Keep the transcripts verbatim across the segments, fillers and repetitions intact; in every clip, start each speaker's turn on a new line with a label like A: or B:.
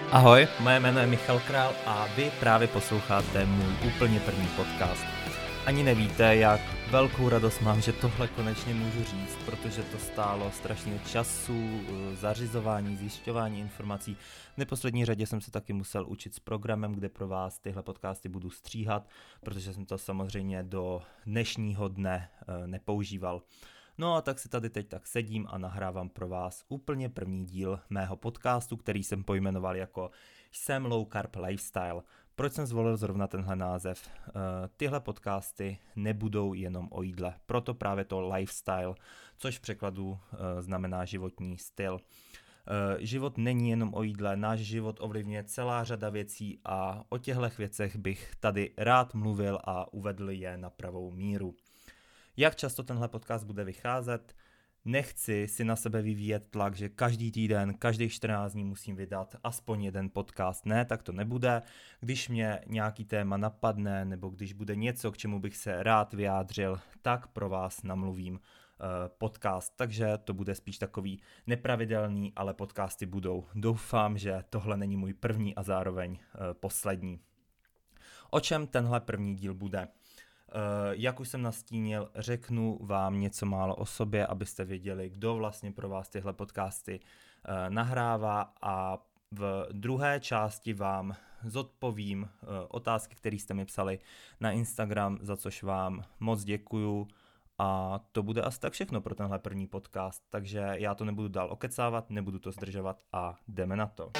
A: Ahoj, moje jméno je Michal Král a vy právě posloucháte můj úplně první podcast. Ani nevíte, jak velkou radost mám, že tohle konečně můžu říct, protože to stálo strašně času, zařizování, zjišťování informací. V neposlední řadě jsem se taky musel učit s programem, kde pro vás tyhle podcasty budu stříhat, protože jsem to samozřejmě do dnešního dne nepoužíval. No a tak si tady teď tak sedím a nahrávám pro vás úplně první díl mého podcastu, který jsem pojmenoval jako Jsem Low Carb Lifestyle. Proč jsem zvolil zrovna tenhle název? Uh, tyhle podcasty nebudou jenom o jídle, proto právě to lifestyle, což v překladu uh, znamená životní styl. Uh, život není jenom o jídle, náš život ovlivňuje celá řada věcí a o těchto věcech bych tady rád mluvil a uvedl je na pravou míru. Jak často tenhle podcast bude vycházet? Nechci si na sebe vyvíjet tlak, že každý týden, každých čtrnáct dní musím vydat aspoň jeden podcast. Ne, tak to nebude. Když mě nějaký téma napadne, nebo když bude něco, k čemu bych se rád vyjádřil, tak pro vás namluvím uh, podcast. Takže to bude spíš takový nepravidelný, ale podcasty budou. Doufám, že tohle není můj první a zároveň uh, poslední. O čem tenhle první díl bude? Uh, jak už jsem nastínil, řeknu vám něco málo o sobě, abyste věděli, kdo vlastně pro vás tyhle podcasty uh, nahrává, a v druhé části vám zodpovím uh, otázky, které jste mi psali na Instagram, za což vám moc děkuju, a to bude asi tak všechno pro tenhle první podcast, takže já to nebudu dál okecávat, nebudu to zdržovat a jdeme na to.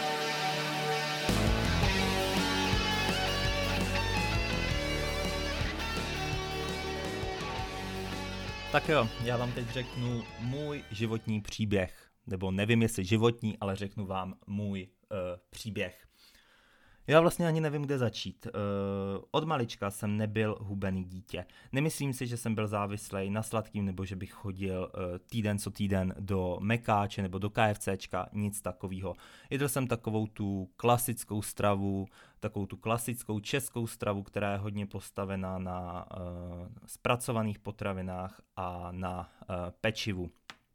A: Tak jo, já vám teď řeknu můj životní příběh, nebo nevím, jestli životní, ale řeknu vám můj uh, příběh. Já vlastně ani nevím, kde začít. Uh, od malička jsem nebyl hubený dítě. Nemyslím si, že jsem byl závislý na sladkým, nebo že bych chodil uh, týden co týden do Mekáče nebo do KFCčka, nic takového. Jedl jsem takovou tu klasickou stravu, takovou tu klasickou českou stravu, která je hodně postavená na uh, zpracovaných potravinách a na uh, pečivu.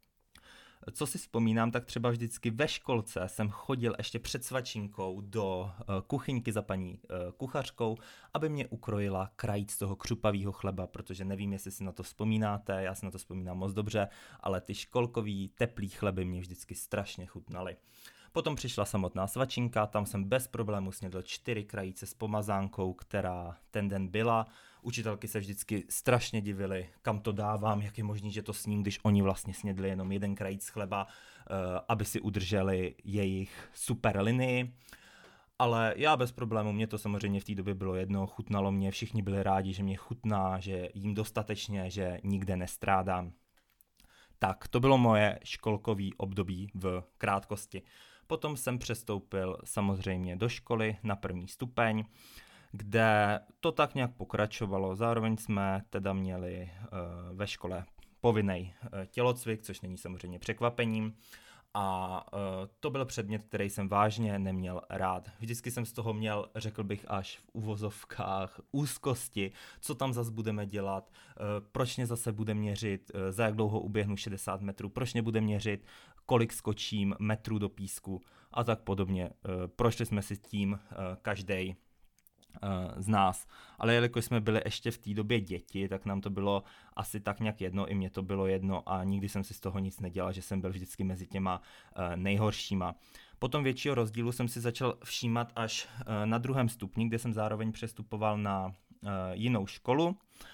A: Co si vzpomínám, tak třeba vždycky ve školce jsem chodil ještě před svačinkou do uh, kuchyňky za paní uh, kuchařkou, aby mě ukrojila krajíc toho křupavého chleba, protože nevím, jestli si na to vzpomínáte, já si na to vzpomínám moc dobře, ale ty školkový teplý chleby mě vždycky strašně chutnaly. Potom přišla samotná svačinka, tam jsem bez problému snědl čtyři krajíce s pomazánkou, která ten den byla. Učitelky se vždycky strašně divily, kam to dávám, jak je možný, že to sním, když oni vlastně snědli jenom jeden krajíc chleba, aby si udrželi jejich super linii. Ale já bez problému, mě to samozřejmě v té době bylo jedno, chutnalo mě, všichni byli rádi, že mě chutná, že jím dostatečně, že nikde nestrádám. Tak, to bylo moje školkový období v krátkosti. Potom jsem přestoupil samozřejmě do školy na první stupeň, kde to tak nějak pokračovalo. Zároveň jsme teda měli uh, ve škole povinný uh, tělocvik, což není samozřejmě překvapením. A uh, to byl předmět, který jsem vážně neměl rád. Vždycky jsem z toho měl, řekl bych, až v uvozovkách úzkosti, co tam zase budeme dělat, uh, proč mě zase bude měřit, uh, za jak dlouho uběhnu šedesát metrů, proč mě bude měřit, kolik skočím metrů do písku a tak podobně. Uh, prošli jsme si tím uh, každej z nás. Ale jelikož jsme byli ještě v té době děti, tak nám to bylo asi tak nějak jedno, i mě to bylo jedno a nikdy jsem si z toho nic nedělal, že jsem byl vždycky mezi těma nejhoršíma. Potom většího rozdílu jsem si začal všímat až na druhém stupni, kde jsem zároveň přestupoval na jinou školu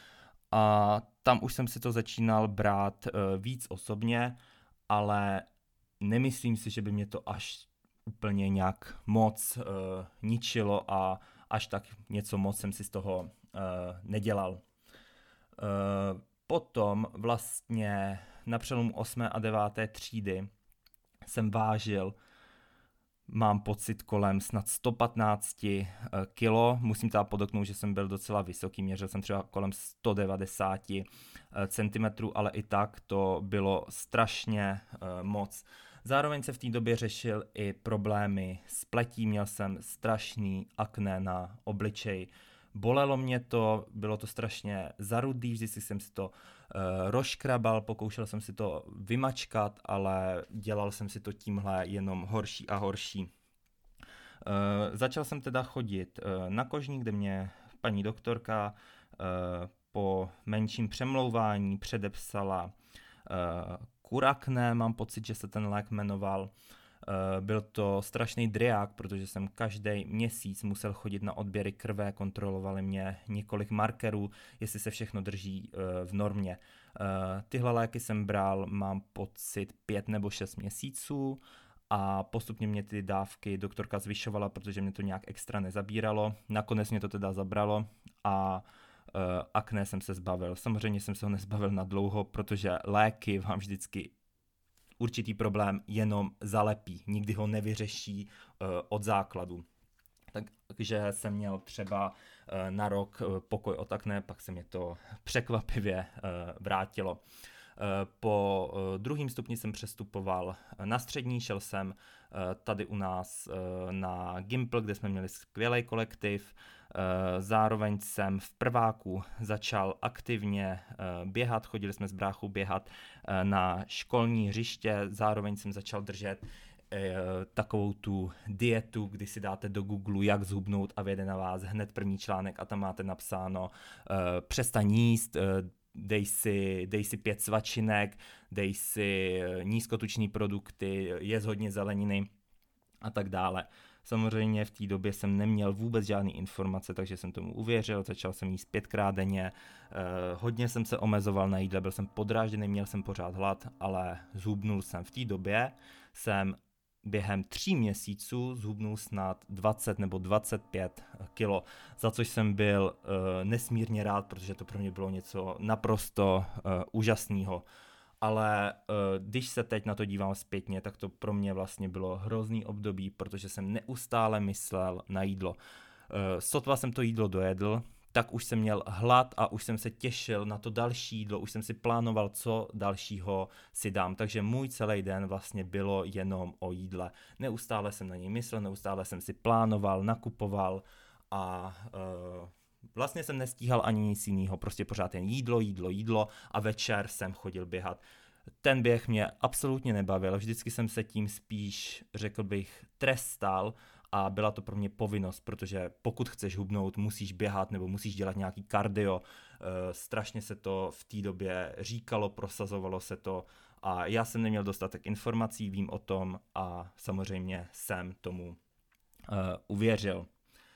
A: a tam už jsem si to začínal brát víc osobně, ale nemyslím si, že by mě to až úplně nějak moc ničilo a až tak něco moc jsem si z toho uh, nedělal. Uh, potom vlastně na přelomu osmé a deváté třídy jsem vážil, mám pocit, kolem snad sto patnáct kilo. Musím teda podotknout, že jsem byl docela vysoký, měřil jsem třeba kolem sto devadesát centimetrů, ale i tak to bylo strašně uh, moc. Zároveň se v té době řešil i problémy s pletí, měl jsem strašný akné na obličeji. Bolelo mě to, bylo to strašně zarudý, vždycky jsem si to uh, rozškrabal, pokoušel jsem si to vymačkat, ale dělal jsem si to tímhle jenom horší a horší. Začal jsem teda chodit na kožní, kde mě paní doktorka po menším přemlouvání předepsala Kurakne, mám pocit, že se ten lék jmenoval. Byl to strašný driák, protože jsem každý měsíc musel chodit na odběry krve, kontrolovali mě několik markerů, jestli se všechno drží v normě. Tyhle léky jsem bral, mám pocit, pět nebo šest měsíců a postupně mě ty dávky doktorka zvyšovala, protože mě to nějak extra nezabíralo. Nakonec mě to teda zabralo a uh, akné jsem se zbavil. Samozřejmě jsem se ho nezbavil na dlouho, protože léky vám vždycky určitý problém jenom zalepí, nikdy ho nevyřeší uh, od základu. Takže jsem měl třeba uh, na rok uh, pokoj od akné, pak se mě to překvapivě uh, vrátilo. Po druhém stupni jsem přestupoval na střední, šel jsem tady u nás na Gimpl, kde jsme měli skvělý kolektiv. Zároveň jsem v prváku začal aktivně běhat, chodili jsme s bráchou běhat na školní hřiště, zároveň jsem začal držet takovou tu dietu, kdy si dáte do Google, jak zhubnout a vyjede na vás hned první článek a tam máte napsáno přestaň jíst, dej si, dej si pět svačinek, dej si nízkotučné produkty, jedz hodně zeleniny a tak dále. Samozřejmě v té době jsem neměl vůbec žádné informace, takže jsem tomu uvěřil, začal jsem jíst pětkrát denně, eh, hodně jsem se omezoval na jídle, byl jsem podrážděný, měl jsem pořád hlad, ale zhubnul jsem. V té době jsem během tří měsíců zhubnul snad dvacet nebo dvacet pět kilo, za což jsem byl uh, nesmírně rád, protože to pro mě bylo něco naprosto uh, úžasného. Ale uh, když se teď na to dívám zpětně, tak to pro mě vlastně bylo hrozný období, protože jsem neustále myslel na jídlo. Uh, sotva jsem to jídlo dojedl, tak už jsem měl hlad a už jsem se těšil na to další jídlo, už jsem si plánoval, co dalšího si dám. Takže můj celý den vlastně bylo jenom o jídle. Neustále jsem na něj myslel, neustále jsem si plánoval, nakupoval a uh, vlastně jsem nestíhal ani nic jiného, prostě pořád jen jídlo, jídlo, jídlo a večer jsem chodil běhat. Ten běh mě absolutně nebavil, vždycky jsem se tím spíš, řekl bych, trestal, a byla to pro mě povinnost, protože pokud chceš hubnout, musíš běhat nebo musíš dělat nějaký kardio. E, strašně se to v té době říkalo, prosazovalo se to a já jsem neměl dostatek informací, vím o tom a samozřejmě jsem tomu e, uvěřil.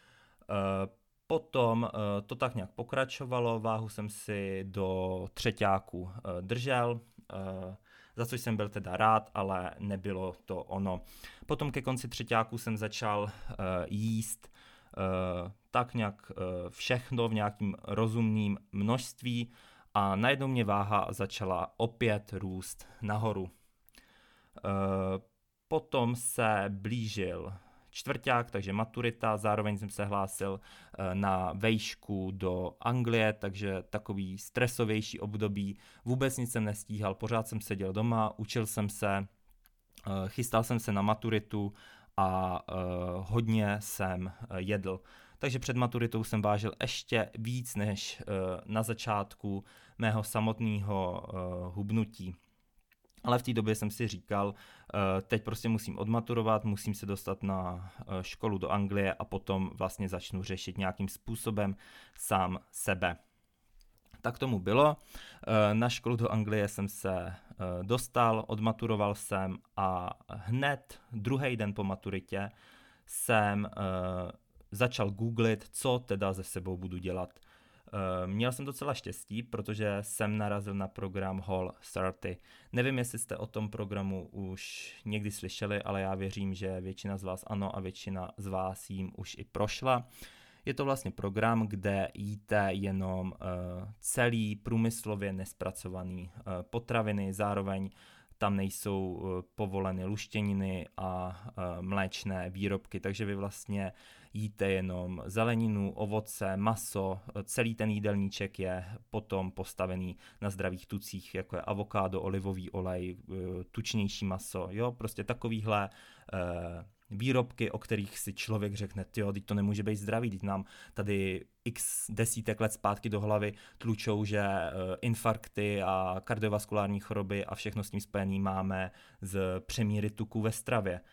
A: E, potom e, to tak nějak pokračovalo, váhu jsem si do třeťáku e, držel, e, za což jsem byl teda rád, ale nebylo to ono. Potom ke konci třeťáku jsem začal uh, jíst uh, tak nějak uh, všechno v nějakým rozumným množství a najednou mě váha začala opět růst nahoru. Uh, potom se blížil čtvrťák, takže maturita, zároveň jsem se hlásil na vejšku do Anglie, takže takový stresovější období, vůbec nic jsem nestíhal, pořád jsem seděl doma, učil jsem se, chystal jsem se na maturitu a hodně jsem jedl. Takže před maturitou jsem vážil ještě víc než na začátku mého samotného hubnutí. Ale v té době jsem si říkal, teď prostě musím odmaturovat, musím se dostat na školu do Anglie a potom vlastně začnu řešit nějakým způsobem sám sebe. Tak tomu bylo. Na školu do Anglie jsem se dostal, odmaturoval jsem a hned druhý den po maturitě jsem začal googlit, co teda se sebou budu dělat. Měl jsem docela štěstí, protože jsem narazil na program Whole třicet. Nevím, jestli jste o tom programu už někdy slyšeli, ale já věřím, že většina z vás ano a většina z vás jim už i prošla. Je to vlastně program, kde jíte jenom uh, celý průmyslově nespracovaný uh, potraviny, zároveň tam nejsou uh, povoleny luštěniny a uh, mléčné výrobky, takže vy vlastně jíte jenom zeleninu, ovoce, maso, celý ten jídelníček je potom postavený na zdravých tucích, jako je avokádo, olivový olej, tučnější maso, jo, prostě takovýhle uh, výrobky, o kterých si člověk řekne, tyjo, teď to nemůže být zdravý, teď nám tady x desítek let zpátky do hlavy tlučou, že uh, infarkty a kardiovaskulární choroby a všechno s tím spojený máme z přemíry tuku ve stravě.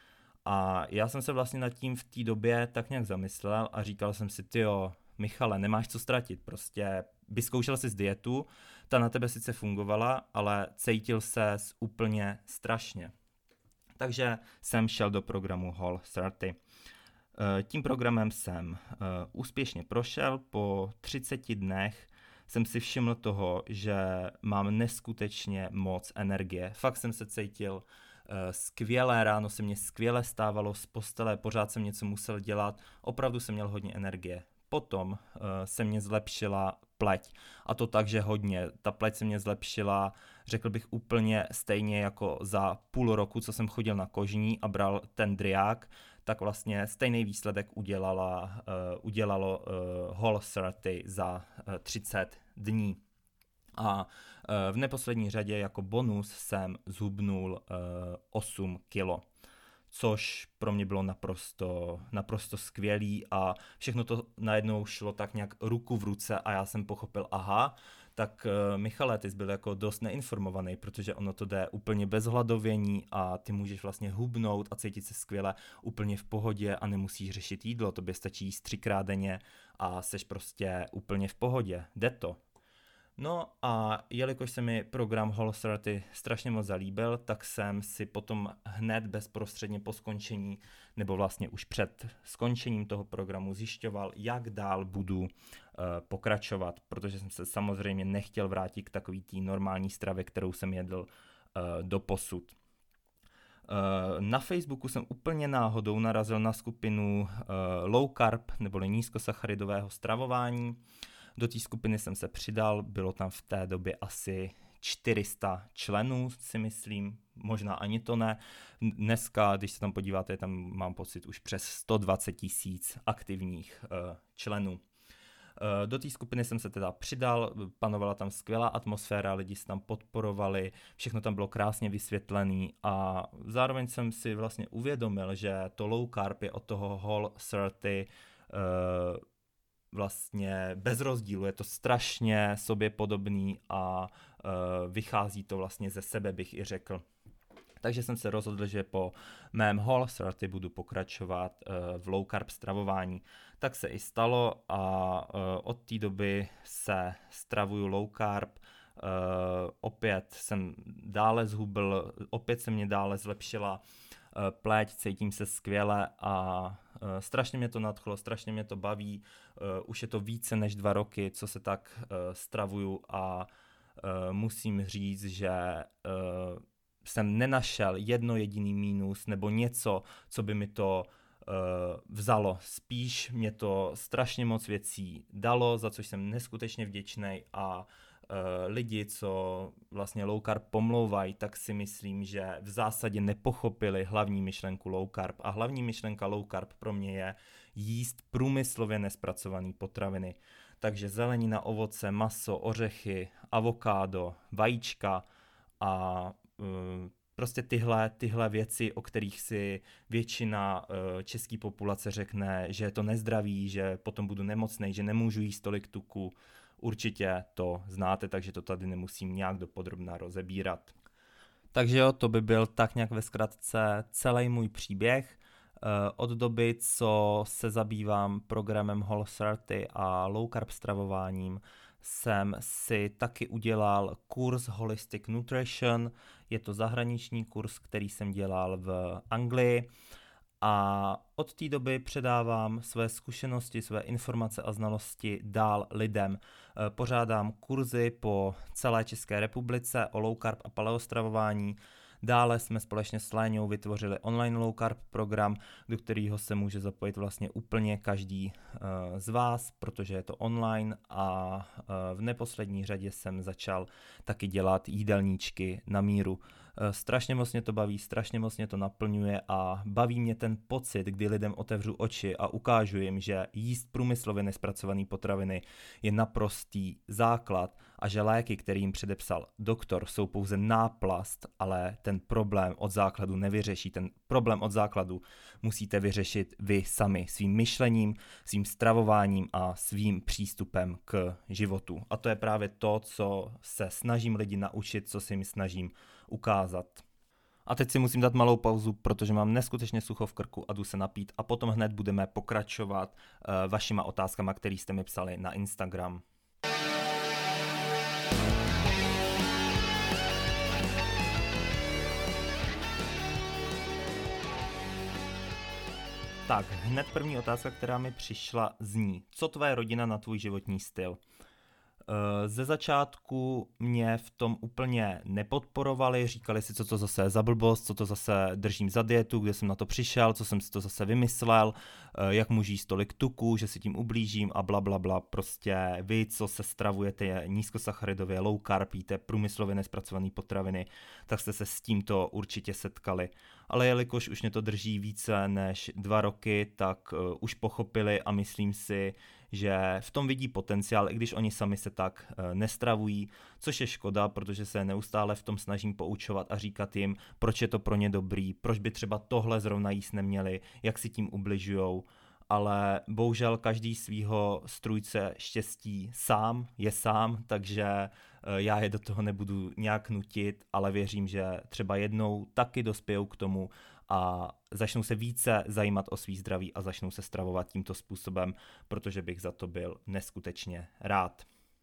A: A já jsem se vlastně nad tím v té době tak nějak zamyslel a říkal jsem si, tyjo, Michale, nemáš co ztratit, prostě vyzkoušel jsi dietu, ta na tebe sice fungovala, ale cítil ses úplně strašně. Takže jsem šel do programu Whole třicet. Tím programem jsem úspěšně prošel, po třiceti dnech jsem si všiml toho, že mám neskutečně moc energie. Fakt jsem se cítil skvěle, ráno se mě skvěle stávalo z postele, pořád jsem něco musel dělat, opravdu jsem měl hodně energie. Potom uh, se mě zlepšila pleť. A to tak, že hodně. Ta pleť se mě zlepšila, řekl bych úplně stejně jako za půl roku, co jsem chodil na kožní a bral ten driák, tak vlastně stejný výsledek udělala, uh, udělalo uh, Whole třicet za uh, třicet dní. A uh, v neposlední řadě jako bonus jsem zhubnul uh, osm kilo. Což pro mě bylo naprosto, naprosto skvělý a všechno to najednou šlo tak nějak ruku v ruce a já jsem pochopil, aha, tak uh, Michale, ty jsi byl jako dost neinformovaný, protože ono to jde úplně bez hladovění a ty můžeš vlastně hubnout a cítit se skvěle úplně v pohodě a nemusíš řešit jídlo, tobě stačí jíst třikrát denně a seš prostě úplně v pohodě, jde to. No a jelikož se mi program Whole třicet strašně moc zalíbil, tak jsem si potom hned bezprostředně po skončení, nebo vlastně už před skončením toho programu zjišťoval, jak dál budu uh, pokračovat, protože jsem se samozřejmě nechtěl vrátit k takový té normální stravě, kterou jsem jedl uh, doposud. Uh, na Facebooku jsem úplně náhodou narazil na skupinu uh, low carb, neboli nízkosacharidového stravování. Do té skupiny jsem se přidal, bylo tam v té době asi čtyři sta členů, si myslím, možná ani to ne. Dneska, když se tam podíváte, tam mám pocit už přes sto dvacet tisíc aktivních uh, členů. Uh, do té skupiny jsem se teda přidal, panovala tam skvělá atmosféra, lidi se tam podporovali, všechno tam bylo krásně vysvětlené a zároveň jsem si vlastně uvědomil, že to low carb je od toho Whole třicet uh, vlastně bez rozdílu, je to strašně sobě podobný a uh, vychází to vlastně ze sebe, bych i řekl. Takže jsem se rozhodl, že po mém Whole třicet budu pokračovat uh, v low carb stravování. Tak se i stalo a uh, od té doby se stravuju low carb. Uh, opět jsem dále zhubl, opět se mě dále zlepšila uh, pleť, cítím se skvěle a uh, strašně mě to nadchlo, strašně mě to baví. Uh, už je to více než dva roky, co se tak uh, stravuju a uh, musím říct, že uh, jsem nenašel jedno jediný mínus nebo něco, co by mi to uh, vzalo. Spíš mě to strašně moc věcí dalo, za což jsem neskutečně vděčný a uh, lidi, co vlastně low carb pomlouvají, tak si myslím, že v zásadě nepochopili hlavní myšlenku low carb. A hlavní myšlenka low carb pro mě je jíst průmyslově nespracované potraviny. Takže zelenina, ovoce, maso, ořechy, avokádo, vajíčka a prostě tyhle, tyhle věci, o kterých si většina uh, české populace řekne, že je to nezdravý, že potom budu nemocnej, že nemůžu jíst tolik tuku. Určitě to znáte, takže to tady nemusím nějak dopodrobna rozebírat. Takže jo, to by byl tak nějak ve zkratce celý můj příběh. Uh, od doby, co se zabývám programem Whole třicet a low carb stravováním, jsem si taky udělal kurz Holistic Nutrition, je to zahraniční kurz, který jsem dělal v Anglii a od té doby předávám své zkušenosti, své informace a znalosti dál lidem. Pořádám kurzy po celé České republice o low carb a paleostravování. Dále jsme společně s Léňou vytvořili online low carb program, do kterého se může zapojit vlastně úplně každý uh, z vás, protože je to online a uh, v neposlední řadě jsem začal taky dělat jídelníčky na míru. Uh, strašně moc mě to baví, strašně moc mě to naplňuje a baví mě ten pocit, kdy lidem otevřu oči a ukážu jim, že jíst průmyslově nespracované potraviny je naprostý základ a že léky, který jim předepsal doktor, jsou pouze náplast, ale ten problém od základu nevyřeší. Ten problém od základu musíte vyřešit vy sami svým myšlením, svým stravováním a svým přístupem k životu. A to je právě to, co se snažím lidi naučit, co si jim snažím ukázat. A teď si musím dát malou pauzu, protože mám neskutečně sucho v krku a jdu se napít a potom hned budeme pokračovat uh, vašima otázkama, které jste mi psali na Instagram. Tak, hned první otázka, která mi přišla, zní: co tvoje rodina na tvůj životní styl? Ze začátku mě v tom úplně nepodporovali, říkali si, co to zase je za blbost, co to zase držím za dietu, kde jsem na to přišel, co jsem si to zase vymyslel, jak můžu jíst tolik tuku, že si tím ublížím a bla bla bla. Prostě vy, co se stravujete nízkosacharidově, low carb, jíte průmyslově nespracované potraviny, tak jste se s tímto určitě setkali. Ale jelikož už mě to drží více než dva roky, tak uh, už pochopili a myslím si, že v tom vidí potenciál, i když oni sami se tak uh, nestravují, což je škoda, protože se neustále v tom snažím poučovat a říkat jim, proč je to pro ně dobrý, proč by třeba tohle zrovna jíst neměli, jak si tím ubližujou. Ale bohužel každý svýho strůjce štěstí sám je sám, takže já je do toho nebudu nějak nutit, ale věřím, že třeba jednou taky dospějou k tomu a začnou se více zajímat o svý zdraví a začnou se stravovat tímto způsobem, protože bych za to byl neskutečně rád.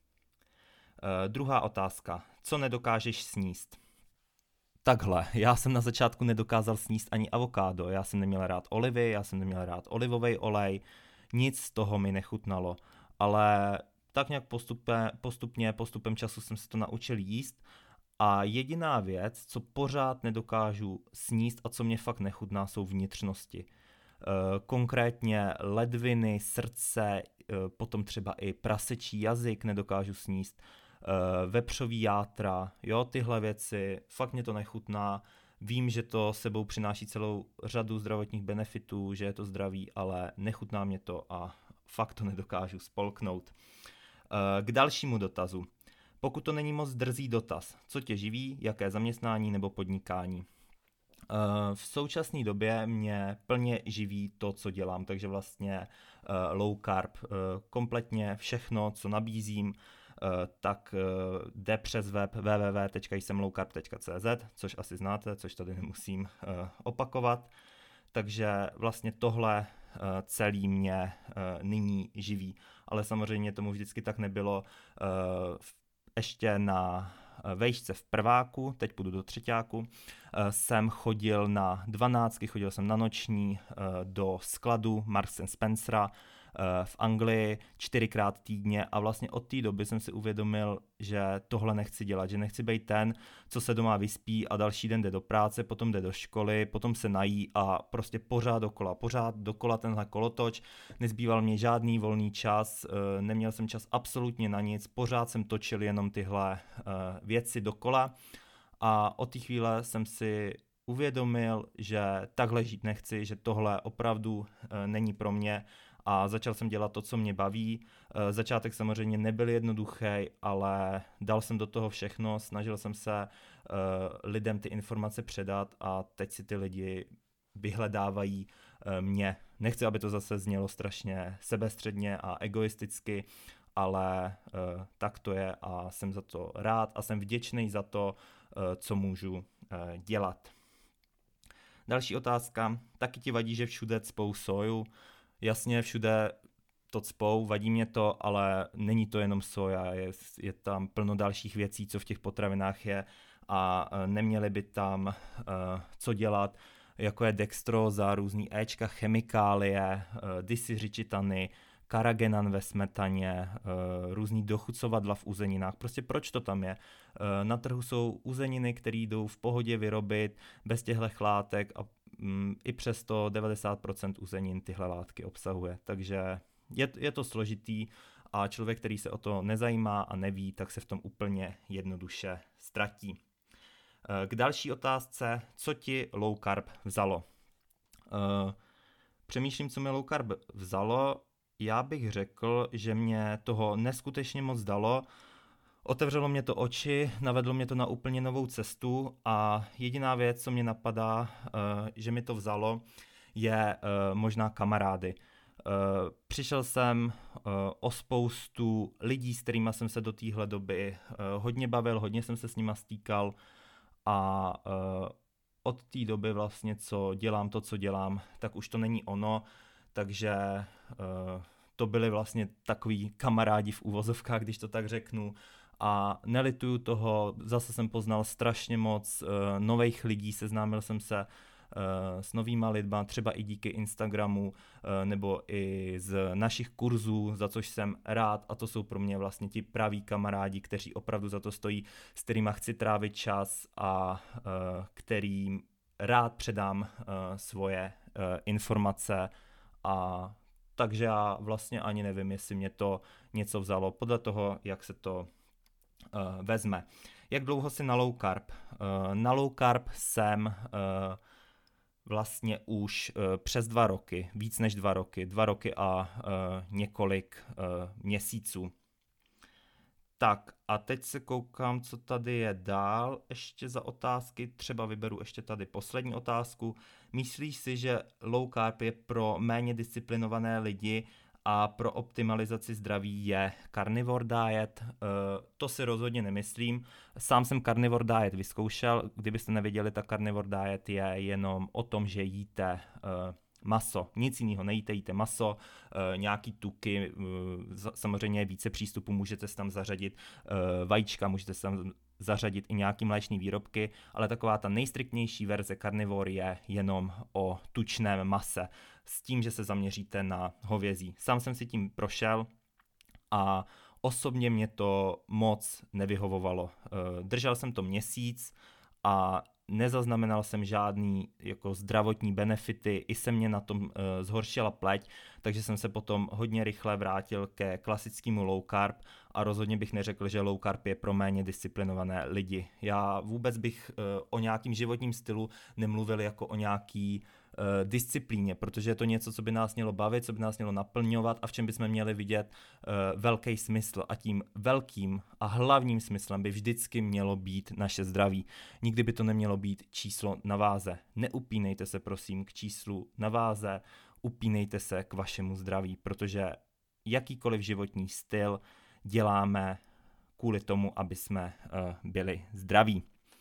A: Uh, druhá otázka. Co nedokážeš sníst? Takhle, já jsem na začátku nedokázal sníst ani avokádo, já jsem neměl rád olivy, já jsem neměl rád olivový olej, nic z toho mi nechutnalo, ale tak nějak postupně, postupně, postupem času jsem se to naučil jíst a jediná věc, co pořád nedokážu sníst a co mě fakt nechutná, jsou vnitřnosti. Konkrétně ledviny, srdce, potom třeba i prasečí jazyk nedokážu sníst, vepřový játra, jo, tyhle věci, fakt mě to nechutná. Vím, že to sebou přináší celou řadu zdravotních benefitů, že je to zdraví, ale nechutná mě to a fakt to nedokážu spolknout. K dalšímu dotazu. Pokud to není moc drzý dotaz, co tě živí, jaké zaměstnání nebo podnikání? V současné době mě plně živí to, co dělám, takže vlastně low carb, kompletně všechno, co nabízím, tak jde přes web w w w tečka jsem low carb tečka c z, což asi znáte, což tady nemusím opakovat. Takže vlastně tohle celý mě nyní živí. Ale samozřejmě tomu vždycky tak nebylo. Ještě na vejšce v prváku, teď půjdu do třetíku, jsem chodil na dvanáctky, chodil jsem na noční do skladu Marks and Spencera v Anglii čtyřikrát týdně a vlastně od té doby jsem si uvědomil, že tohle nechci dělat, že nechci být ten, co se doma vyspí a další den jde do práce, potom jde do školy, potom se nají a prostě pořád dokola, pořád dokola tenhle kolotoč, nezbýval mě žádný volný čas, neměl jsem čas absolutně na nic, pořád jsem točil jenom tyhle věci dokola a od té chvíle jsem si uvědomil, že takhle žít nechci, že tohle opravdu není pro mě a začal jsem dělat to, co mě baví. Začátek samozřejmě nebyl jednoduchý, ale dal jsem do toho všechno, snažil jsem se lidem ty informace předat a teď si ty lidi vyhledávají mě. Nechci, aby to zase znělo strašně sebestředně a egoisticky, ale tak to je a jsem za to rád a jsem vděčný za to, co můžu dělat. Další otázka. Taky ti vadí, že všude cpou soju? Jasně, všude to cpou, vadí mě to, ale není to jenom soja, je, je tam plno dalších věcí, co v těch potravinách je a neměli by tam uh, co dělat, jako je dextróza, různý éčka, chemikálie, uh, disyřičitany, karagenan ve smetaně, uh, různý dochucovadla v uzeninách. Prostě proč to tam je? Uh, na trhu jsou uzeniny, které jdou v pohodě vyrobit bez těchto látek a um, i přesto devadesát procent uzenin tyhle látky obsahuje. Takže je, je to složitý a člověk, který se o to nezajímá a neví, tak se v tom úplně jednoduše ztratí. Uh, k další otázce, co ti low carb vzalo? Uh, přemýšlím, co mi low carb vzalo. Já bych řekl, že mě toho neskutečně moc dalo, otevřelo mě to oči, navedlo mě to na úplně novou cestu a jediná věc, co mě napadá, že mi to vzalo, je možná kamarády. Přišel jsem o spoustu lidí, s kterými jsem se do téhle doby hodně bavil, hodně jsem se s nima stýkal a od té doby vlastně, co dělám to, co dělám, tak už to není ono, takže uh, to byli vlastně takový kamarádi v uvozovkách, když to tak řeknu, a nelituju toho, zase jsem poznal strašně moc uh, nových lidí, seznámil jsem se uh, s novýma lidma, třeba i díky Instagramu, uh, nebo i z našich kurzů, za což jsem rád, a to jsou pro mě vlastně ti praví kamarádi, kteří opravdu za to stojí, s kterýma chci trávit čas a uh, kterým rád předám uh, svoje uh, informace. A takže já vlastně ani nevím, jestli mě to něco vzalo podle toho, jak se to uh, vezme. Jak dlouho si na low carb? Uh, na low carb jsem uh, vlastně už uh, přes dva roky, víc než dva roky, dva roky a uh, několik uh, měsíců. Tak a teď se koukám, co tady je dál ještě za otázky, třeba vyberu ještě tady poslední otázku. Myslíš si, že low carb je pro méně disciplinované lidi a pro optimalizaci zdraví je carnivore diet? Uh, to si rozhodně nemyslím. Sám jsem carnivore diet vyzkoušel, kdybyste nevěděli, tak carnivore diet je jenom o tom, že jíte uh, maso, nic jiného nejíte, jíte maso, e, nějaký tuky, e, samozřejmě více přístupů, můžete si tam zařadit e, vajíčka, můžete si tam zařadit i nějaký mléčný výrobky, ale taková ta nejstriktnější verze carnivore je jenom o tučném mase, s tím, že se zaměříte na hovězí. Sám jsem si tím prošel a osobně mě to moc nevyhovovalo. E, držel jsem to měsíc a nezaznamenal jsem žádný jako zdravotní benefity, i se mě na tom uh, zhoršila pleť, takže jsem se potom hodně rychle vrátil ke klasickému low carb a rozhodně bych neřekl, že low carb je pro méně disciplinované lidi. Já vůbec bych uh, o nějakým životním stylu nemluvil jako o nějaký uh, disciplíně, protože je to něco, co by nás mělo bavit, co by nás mělo naplňovat a v čem bychom měli vidět uh, velký smysl, a tím velkým a hlavním smyslem by vždycky mělo být naše zdraví. Nikdy by to nemělo být číslo na váze. Neupínejte se prosím k číslu na váze, upínejte se k vašemu zdraví, protože jakýkoliv životní styl děláme kvůli tomu, aby jsme uh, byli zdraví.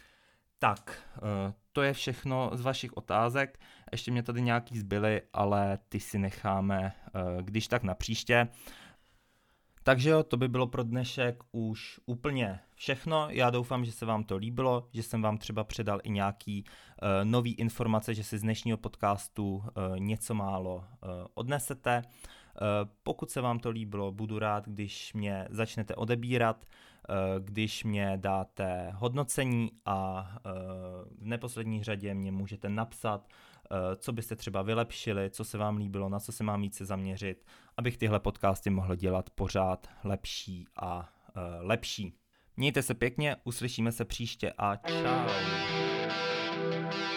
A: Tak, uh, to je všechno z vašich otázek. Ještě mě tady nějaký zbyly, ale ty si necháme uh, když tak na příště. Takže jo, to by bylo pro dnešek už úplně všechno. Já doufám, že se vám to líbilo, že jsem vám třeba předal i nějaký uh, nový informace, že si z dnešního podcastu uh, něco málo uh, odnesete. Uh, pokud se vám to líbilo, budu rád, když mě začnete odebírat, uh, když mě dáte hodnocení a uh, v neposlední řadě mě můžete napsat, co byste třeba vylepšili, co se vám líbilo, na co se mám více zaměřit, abych tyhle podcasty mohl dělat pořád lepší a uh, lepší. Mějte se pěkně, uslyšíme se příště a čau.